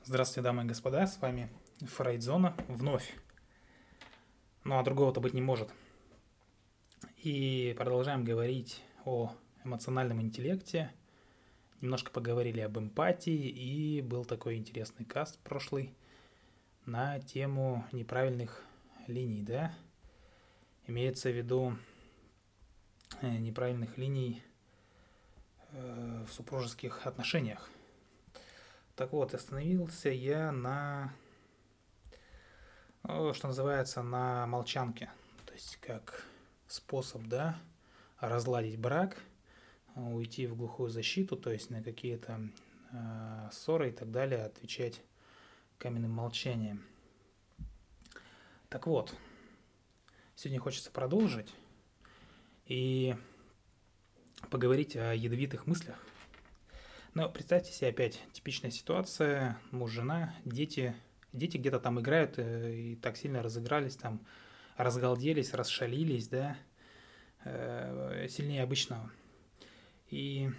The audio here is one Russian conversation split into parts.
Здравствуйте, дамы и господа, с вами Фрейдзона вновь. Ну а другого-то быть не может. И продолжаем говорить о эмоциональном интеллекте. Немножко поговорили об эмпатии, и был такой интересный каст прошлый на тему неправильных линий, да? Имеется в виду неправильных линий в супружеских отношениях. Так вот, остановился я на, что называется, на молчанке. То есть как способ, да, разладить брак, уйти в глухую защиту, то есть на какие-то ссоры и так далее отвечать каменным молчанием. Так вот, сегодня хочется продолжить и поговорить о ядовитых мыслях. Но представьте себе опять типичная ситуация: муж, жена, дети где-то там играют и так сильно разыгрались, там разгалделись, расшалились, да, сильнее обычного. И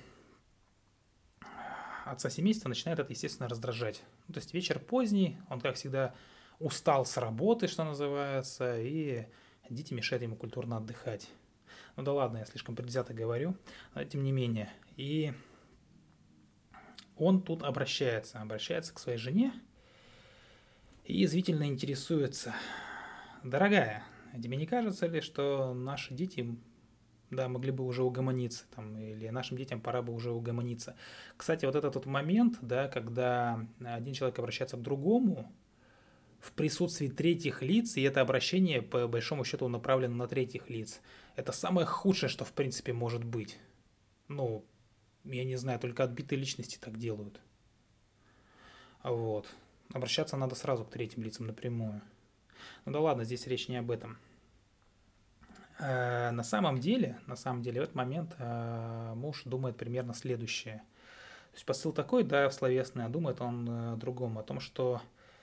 отца семейства начинает это, естественно, раздражать. Ну, то есть вечер поздний, он, как всегда, устал с работы, что называется, и дети мешают ему культурно отдыхать. Ну да ладно, я слишком предвзято говорю, но тем не менее. И он тут обращается к своей жене и язвительно интересуется: дорогая, тебе не кажется ли, что наши дети, да, могли бы уже угомониться, там, или нашим детям пора бы уже угомониться. Кстати, вот этот вот момент, да, когда один человек обращается к другому в присутствии третьих лиц, и это обращение, по большому счету, направлено на третьих лиц, это самое худшее, что в принципе может быть. Ну, я не знаю, только отбитые личности так делают. Вот. Обращаться надо сразу к третьим лицам напрямую. Ну да ладно, здесь речь не об этом. На самом деле, в этот момент муж думает примерно следующее. То есть посыл такой, да, словесный, а думает он о другом, о том, что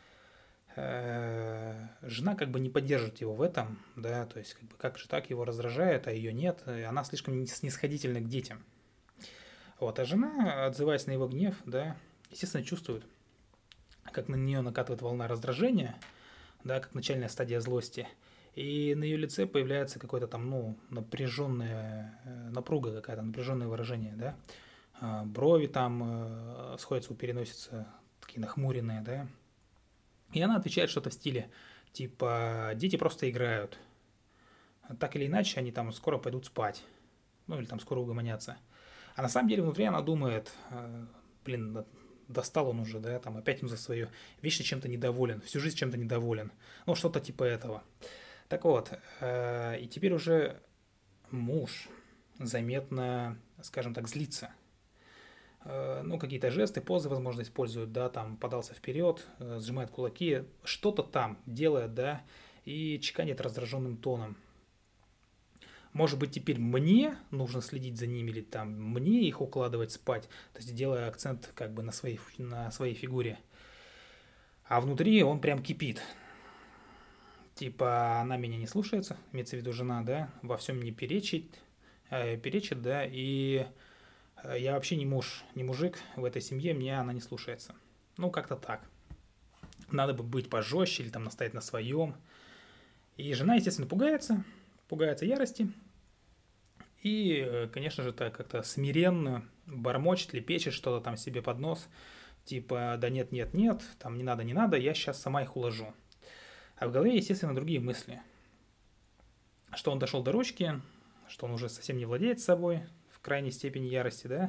жена как бы не поддерживает его в этом, да, то есть как же так, его раздражает, а ее нет, и она слишком снисходительна к детям. Вот, а жена, отзываясь на его гнев, да, естественно, чувствует, как на нее накатывает волна раздражения, да, как начальная стадия злости, и на ее лице появляется какое-то там, ну, напряженная напруга какая-то, напряженное выражение, да, брови там сходятся у переносицы, такие нахмуренные, да, и она отвечает что-то в стиле, типа, дети просто играют, так или иначе они там скоро пойдут спать, ну, или там скоро угомонятся. А на самом деле внутри она думает: блин, достал он уже, да, там опять он за свое, вечно чем-то недоволен, всю жизнь чем-то недоволен, ну, что-то типа этого. Так вот, и теперь уже муж заметно, скажем так, злится. Ну, какие-то жесты, позы, возможно, используют, да, там, подался вперед, сжимает кулаки, что-то там делает, да, и чеканит раздраженным тоном. Может быть, теперь мне нужно следить за ними, или там мне их укладывать спать, то есть делая акцент как бы на своей фигуре. А внутри он прям кипит. Типа, она меня не слушается, имеется в виду жена, да, во всем мне перечит, да, и я вообще не муж, не мужик в этой семье, мне она не слушается. Ну, как-то так. Надо бы быть пожестче или там настоять на своем. И жена, естественно, пугается ярости. И, конечно же, так как-то смиренно бормочет, лепечет что-то там себе под нос. Типа, да нет, нет, нет, там не надо, я сейчас сама их уложу. А в голове, естественно, другие мысли. Что он дошел до ручки, что он уже совсем не владеет собой в крайней степени ярости, да.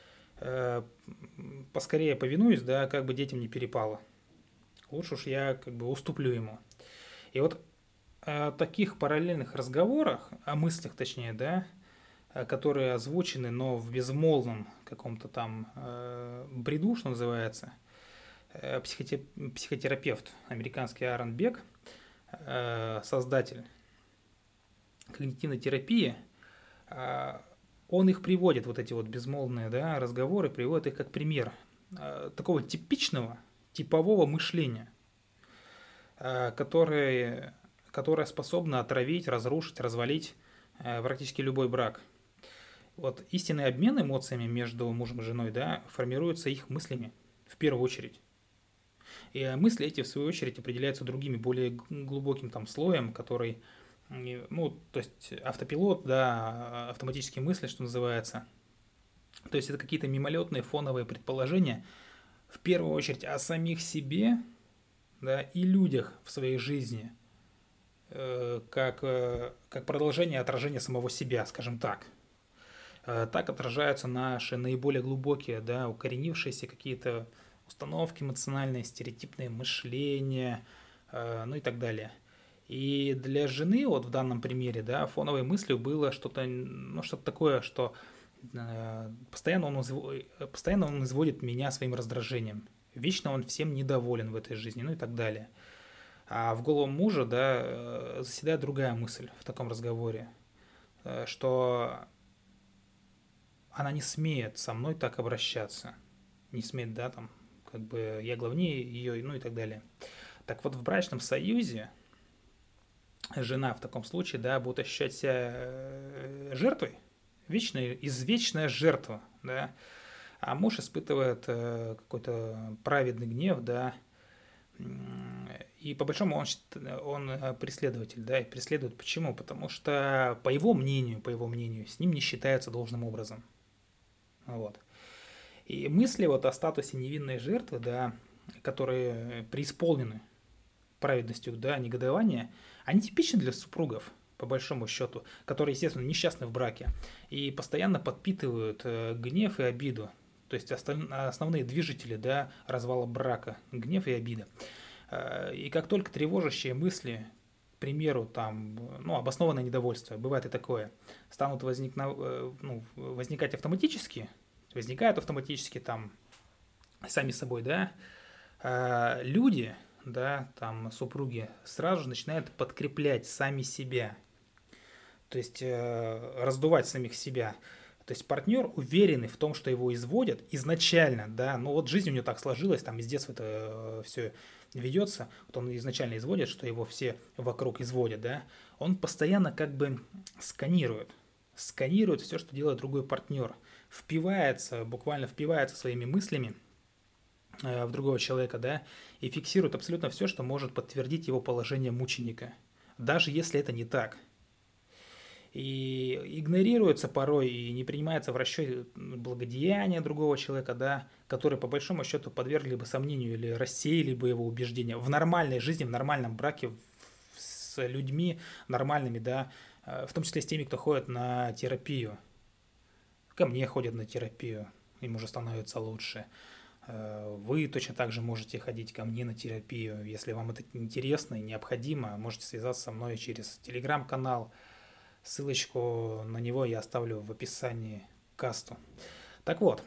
Поскорее повинуюсь, да, как бы детям не перепало. Лучше уж я как бы уступлю ему. И вот о таких параллельных разговорах, о мыслях точнее, да, которые озвучены, но в безмолвном каком-то там бреду, что называется, психотерапевт американский Аарон Бек, создатель когнитивной терапии, он их приводит, вот эти вот безмолвные, да, разговоры, приводит их как пример такого типичного, типового мышления, которое способно отравить, разрушить, развалить практически любой брак. Вот истинный обмен эмоциями между мужем и женой, да, формируется их мыслями в первую очередь. И мысли эти, в свою очередь, определяются другими, более глубоким там слоем, который, ну, то есть автопилот, да, автоматические мысли, что называется. То есть это какие-то мимолетные фоновые предположения, в первую очередь о самих себе, да, и людях в своей жизни, как продолжение отражения самого себя, скажем так. Так отражаются наши наиболее глубокие, да, укоренившиеся какие-то установки эмоциональные, стереотипные мышления, ну и так далее. И для жены, вот в данном примере, да, фоновой мыслью было что-то, ну, что-то такое, что постоянно он изводит меня своим раздражением. Вечно он всем недоволен в этой жизни, ну и так далее. А в голову мужа, да, заседает другая мысль в таком разговоре, что она не смеет со мной так обращаться. Не смеет, да, там, как бы я главнее ее, ну и так далее. Так вот, в брачном союзе жена в таком случае, да, будет ощущать себя жертвой, извечная жертва, да, а муж испытывает какой-то праведный гнев, да, и по большому он преследователь, да, и преследует почему? Потому что по его мнению, с ним не считается должным образом. Вот. И мысли вот о статусе невинной жертвы, да, которые преисполнены праведностью, да, негодования, они типичны для супругов, по большому счету, которые, естественно, несчастны в браке и постоянно подпитывают гнев и обиду. То есть основные движители, да, развала брака, гнев и обида. И как только тревожащие мысли, к примеру, там, ну, обоснованное недовольство, бывает и такое, станут возникать автоматически, возникают автоматически там сами собой, да, люди, да, там супруги сразу же начинают подкреплять сами себя, то есть раздувать самих себя. То есть партнер уверенный в том, что его изводят изначально, да, ну вот жизнь у него так сложилась, там из детства это все ведется, вот он изначально изводит, что его все вокруг изводят, да, он постоянно как бы сканирует все, что делает другой партнер, буквально впивается своими мыслями в другого человека, да, и фиксирует абсолютно все, что может подтвердить его положение мученика, даже если это не так. И игнорируется порой и не принимается в расчет благодеяния другого человека, да, которые по большому счету подвергли бы сомнению или рассеяли бы его убеждения в нормальной жизни, в нормальном браке с людьми нормальными, да, в том числе с теми, кто ходит на терапию. Ко мне ходят на терапию, им уже становится лучше. Вы точно так же можете ходить ко мне на терапию. Если вам это интересно и необходимо, можете связаться со мной через телеграм-канал. Ссылочку на него я оставлю в описании к касту. Так вот,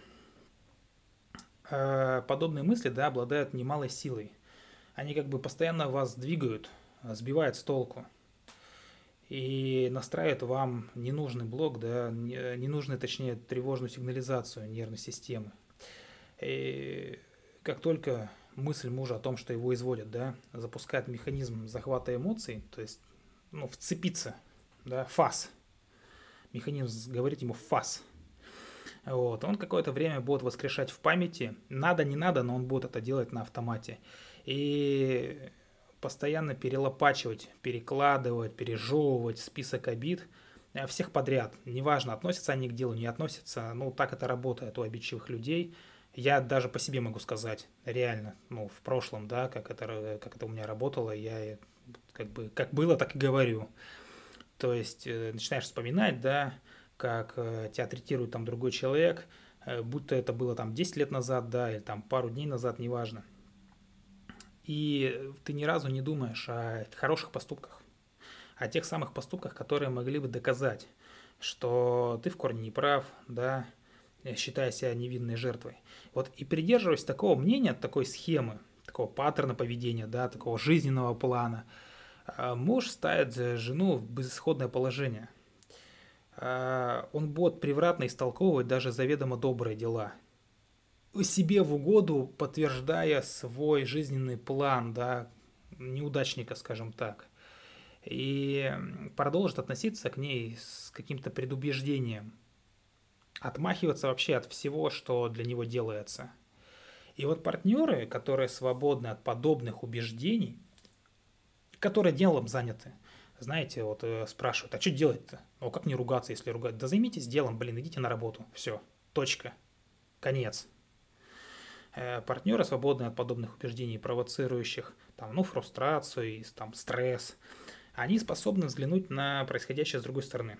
подобные мысли, да, обладают немалой силой. Они как бы постоянно вас двигают, сбивают с толку и настраивают вам ненужный блок, да, ненужную, точнее, тревожную сигнализацию нервной системы. И как только мысль мужа о том, что его изводят, да, запускает механизм захвата эмоций, то есть, ну, вцепиться, да, фас, механизм говорит ему фас, вот, он какое-то время будет воскрешать в памяти, надо, не надо, но он будет это делать на автомате, и постоянно перелопачивать, перекладывать, пережевывать список обид всех подряд, неважно, относятся они к делу, не относятся, ну, так это работает у обидчивых людей. Я даже по себе могу сказать, реально, ну, в прошлом, да, как это у меня работало, я как было, так и говорю. То есть начинаешь вспоминать, да, как тебя третирует там другой человек, будь то это было там 10 лет назад, да, или там пару дней назад, неважно. И ты ни разу не думаешь о хороших поступках, о тех самых поступках, которые могли бы доказать, что ты в корне не прав, да, считая себя невинной жертвой. Вот и придерживаясь такого мнения, такой схемы, такого паттерна поведения, да, такого жизненного плана, муж ставит жену в безысходное положение. Он будет превратно истолковывать даже заведомо добрые дела. Себе в угоду подтверждая свой жизненный план, да, неудачника, скажем так. И продолжит относиться к ней с каким-то предубеждением. Отмахиваться вообще от всего, что для него делается. И вот партнеры, которые свободны от подобных убеждений, которые делом заняты, знаете, вот спрашивают, а что делать-то? Ну, как не ругаться, если ругать? Да займитесь делом, блин, идите на работу. Все, точка, конец. Партнеры, свободные от подобных убеждений, провоцирующих там, ну, фрустрацию и там, стресс, они способны взглянуть на происходящее с другой стороны.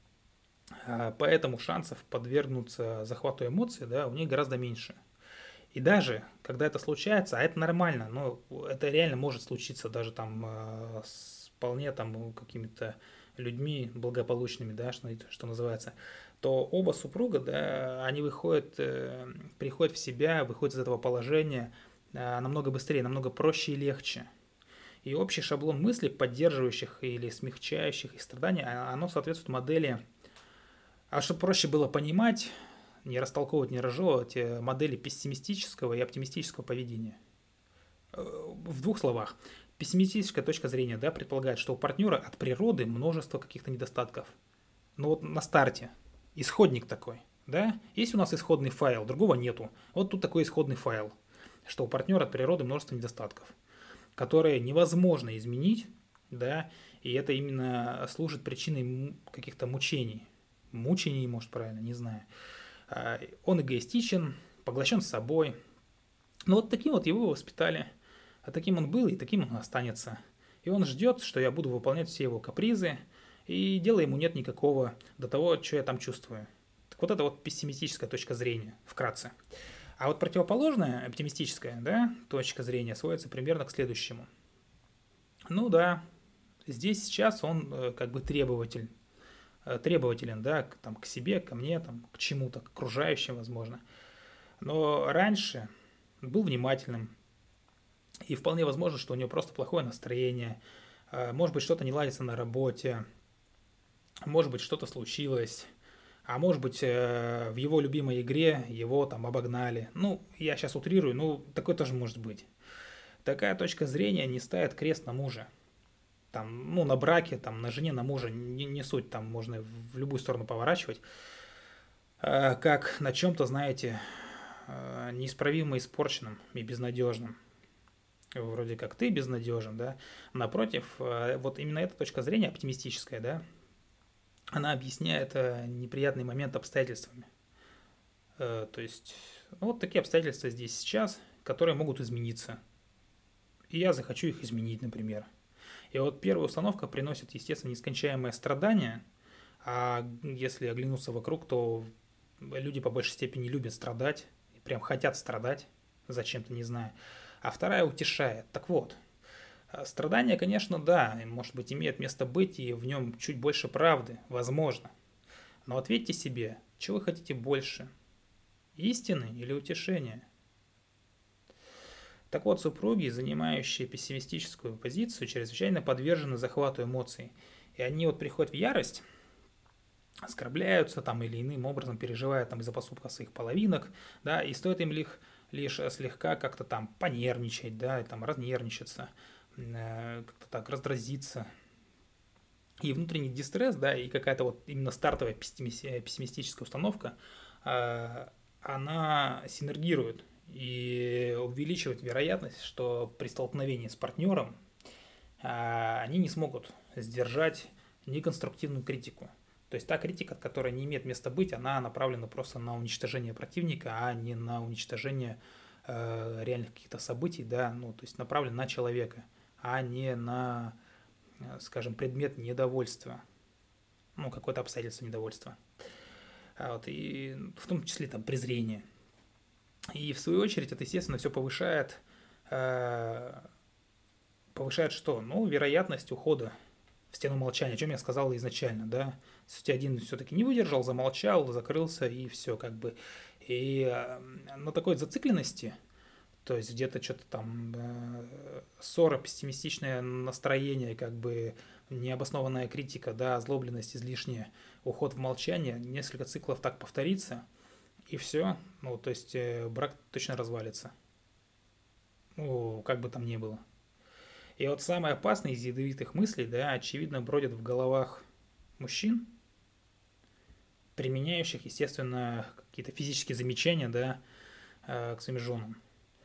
Поэтому шансов подвергнуться захвату эмоций, да, у них гораздо меньше. И даже, когда это случается, а это нормально, но это реально может случиться даже там с вполне там какими-то людьми благополучными, да, что называется, то оба супруга, да, они выходят, приходят в себя, выходят из этого положения намного быстрее, намного проще и легче. И общий шаблон мыслей, поддерживающих или смягчающих их страдания, оно соответствует модели. А чтобы проще было понимать, не растолковывать, не разжевывать, модели пессимистического и оптимистического поведения. В двух словах. Пессимистическая точка зрения, да, предполагает, что у партнера от природы множество каких-то недостатков. Но вот на старте исходник такой, да, есть у нас исходный файл, другого нету. Вот тут такой исходный файл, что у партнера от природы множество недостатков, которые невозможно изменить, да, и это именно служит причиной каких-то мучений. Мучений, может, правильно, не знаю. Он эгоистичен, поглощен собой. Но вот таким вот его воспитали. А таким он был, и таким он останется. И он ждет, что я буду выполнять все его капризы, и дела ему нет никакого до того, что я там чувствую. Так вот это вот пессимистическая точка зрения, вкратце. А вот противоположная, оптимистическая, да, точка зрения сводится примерно к следующему. Ну да, здесь сейчас он как бы требователен, да, там, к себе, ко мне, там, к чему-то, к окружающим, возможно. Но раньше был внимательным, и вполне возможно, что у него просто плохое настроение, может быть, что-то не ладится на работе, может быть, что-то случилось, а может быть, в его любимой игре его там обогнали. Ну, я сейчас утрирую, ну, такое тоже может быть. Такая точка зрения не ставит крест на мужа. Там, ну, на браке, там, на жене, на муже, не суть, там можно в любую сторону поворачивать. Как на чем-то, знаете, неисправимо испорченным и безнадежным. Вроде как ты безнадежен, да. Напротив, вот именно эта точка зрения оптимистическая, да, она объясняет неприятный момент обстоятельствами. То есть, ну, вот такие обстоятельства здесь сейчас, которые могут измениться. И я захочу их изменить, например. И вот первая установка приносит, естественно, нескончаемое страдание, а если оглянуться вокруг, то люди по большей степени любят страдать, прям хотят страдать, зачем-то, не знаю. А вторая утешает. Так вот, страдание, конечно, да, может быть, имеет место быть, и в нем чуть больше правды, возможно. Но ответьте себе, чего вы хотите больше? Истины или утешения? Так вот, супруги, занимающие пессимистическую позицию, чрезвычайно подвержены захвату эмоций. И они вот приходят в ярость, оскорбляются там или иным образом переживают там из-за поступков своих половинок, да, и стоит им лишь слегка как-то там понервничать, да, и там разнервничаться, как-то так раздразиться. И внутренний дистресс, да, и какая-то вот именно стартовая пессимистическая установка, она синергирует и увеличивает вероятность, что при столкновении с партнером они не смогут сдержать неконструктивную критику. То есть та критика, которая не имеет места быть, она направлена просто на уничтожение противника, а не на уничтожение реальных каких-то событий, да, ну, то есть направлена на человека, а не на, скажем, предмет недовольства, ну, какое-то обстоятельство недовольства. Вот, и в том числе там презрение. И в свою очередь это, естественно, все повышает что? Ну, вероятность ухода в стену молчания, о чем я сказал изначально, да. Если один все-таки не выдержал, замолчал, закрылся, и все, как бы. И на такой зацикленности, то есть где-то что-то там ссора, пессимистичное настроение, как бы необоснованная критика, да, озлобленность излишняя, уход в молчание, несколько циклов так повторится, и все, ну, то есть брак точно развалится. Ну, как бы там ни было. И вот самое опасное из ядовитых мыслей, да, очевидно, бродят в головах мужчин, применяющих, естественно, какие-то физические замечания, да, к своим женам.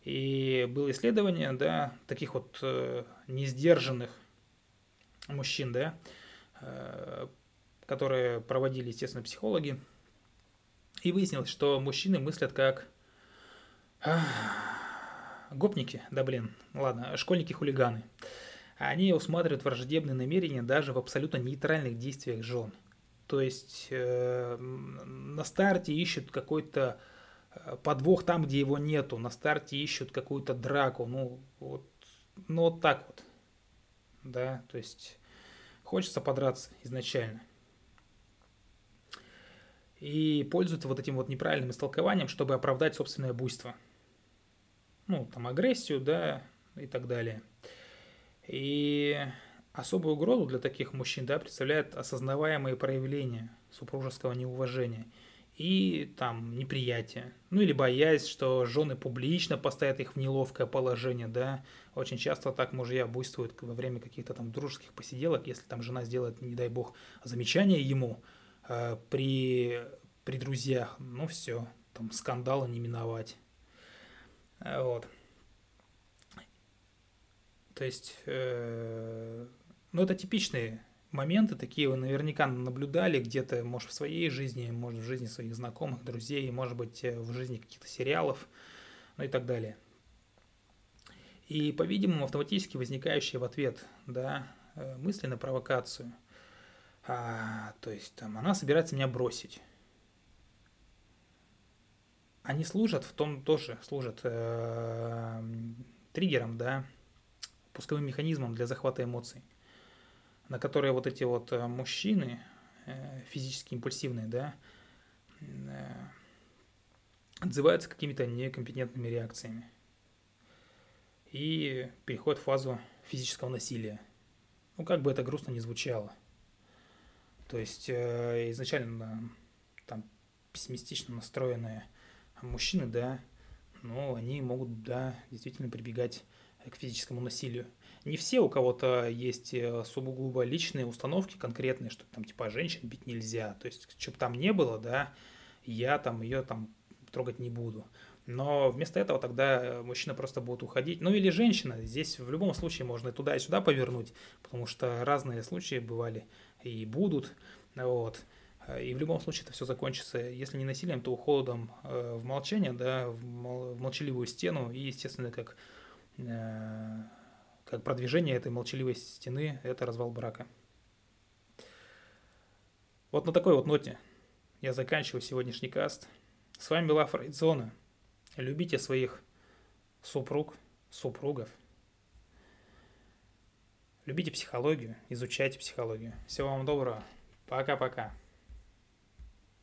И было исследование, да, таких вот несдержанных мужчин, да, которые проводили, естественно, психологи. И выяснилось, что мужчины мыслят как гопники, да блин, ладно, школьники-хулиганы. Они усматривают враждебные намерения даже в абсолютно нейтральных действиях жен. То есть на старте ищут какой-то подвох там, где его нету. На старте ищут какую-то драку. Ну вот так вот. Да, то есть хочется подраться изначально. И пользуются вот этим вот неправильным истолкованием, чтобы оправдать собственное буйство. Ну, там агрессию, да, и так далее. И особую угрозу для таких мужчин, да, представляют осознаваемые проявления супружеского неуважения и там неприятия. Ну или боясь, что жены публично поставят их в неловкое положение, да. Очень часто так мужья буйствуют во время каких-то там дружеских посиделок, если там жена сделает, не дай бог, замечание ему при друзьях, ну все, там скандала не миновать. Вот. То есть, ну, это типичные моменты, такие вы наверняка наблюдали где-то, может, в своей жизни, может, в жизни своих знакомых, друзей, может быть, в жизни каких-то сериалов, ну и так далее. И, по-видимому, автоматически возникающие в ответ, да, мысли на провокацию. То есть, там, она собирается меня бросить. Они служат, в том тоже служат триггером, да, пусковым механизмом для захвата эмоций, на которые вот эти вот мужчины, физически импульсивные, да, отзываются какими-то некомпетентными реакциями и переходят в фазу физического насилия. Ну, как бы это грустно ни звучало. То есть изначально там пессимистично настроенные мужчины, да, но они могут, да, действительно прибегать к физическому насилию. Не все, у кого-то есть сугубо личные установки конкретные, что там типа женщин бить нельзя. То есть, что бы там не было, да, я там ее там трогать не буду. Но вместо этого тогда мужчина просто будет уходить. Ну или женщина. Здесь в любом случае можно и туда, и сюда повернуть, потому что разные случаи бывали и будут. Вот. И в любом случае это все закончится, если не насилием, то уходом в молчание, да, в молчаливую стену и, естественно, как продвижение этой молчаливой стены, это развал брака. Вот на такой вот ноте я заканчиваю сегодняшний каст. С вами была Фрейдзона. Любите своих супругов. Любите психологию, изучайте психологию. Всего вам доброго. Пока-пока.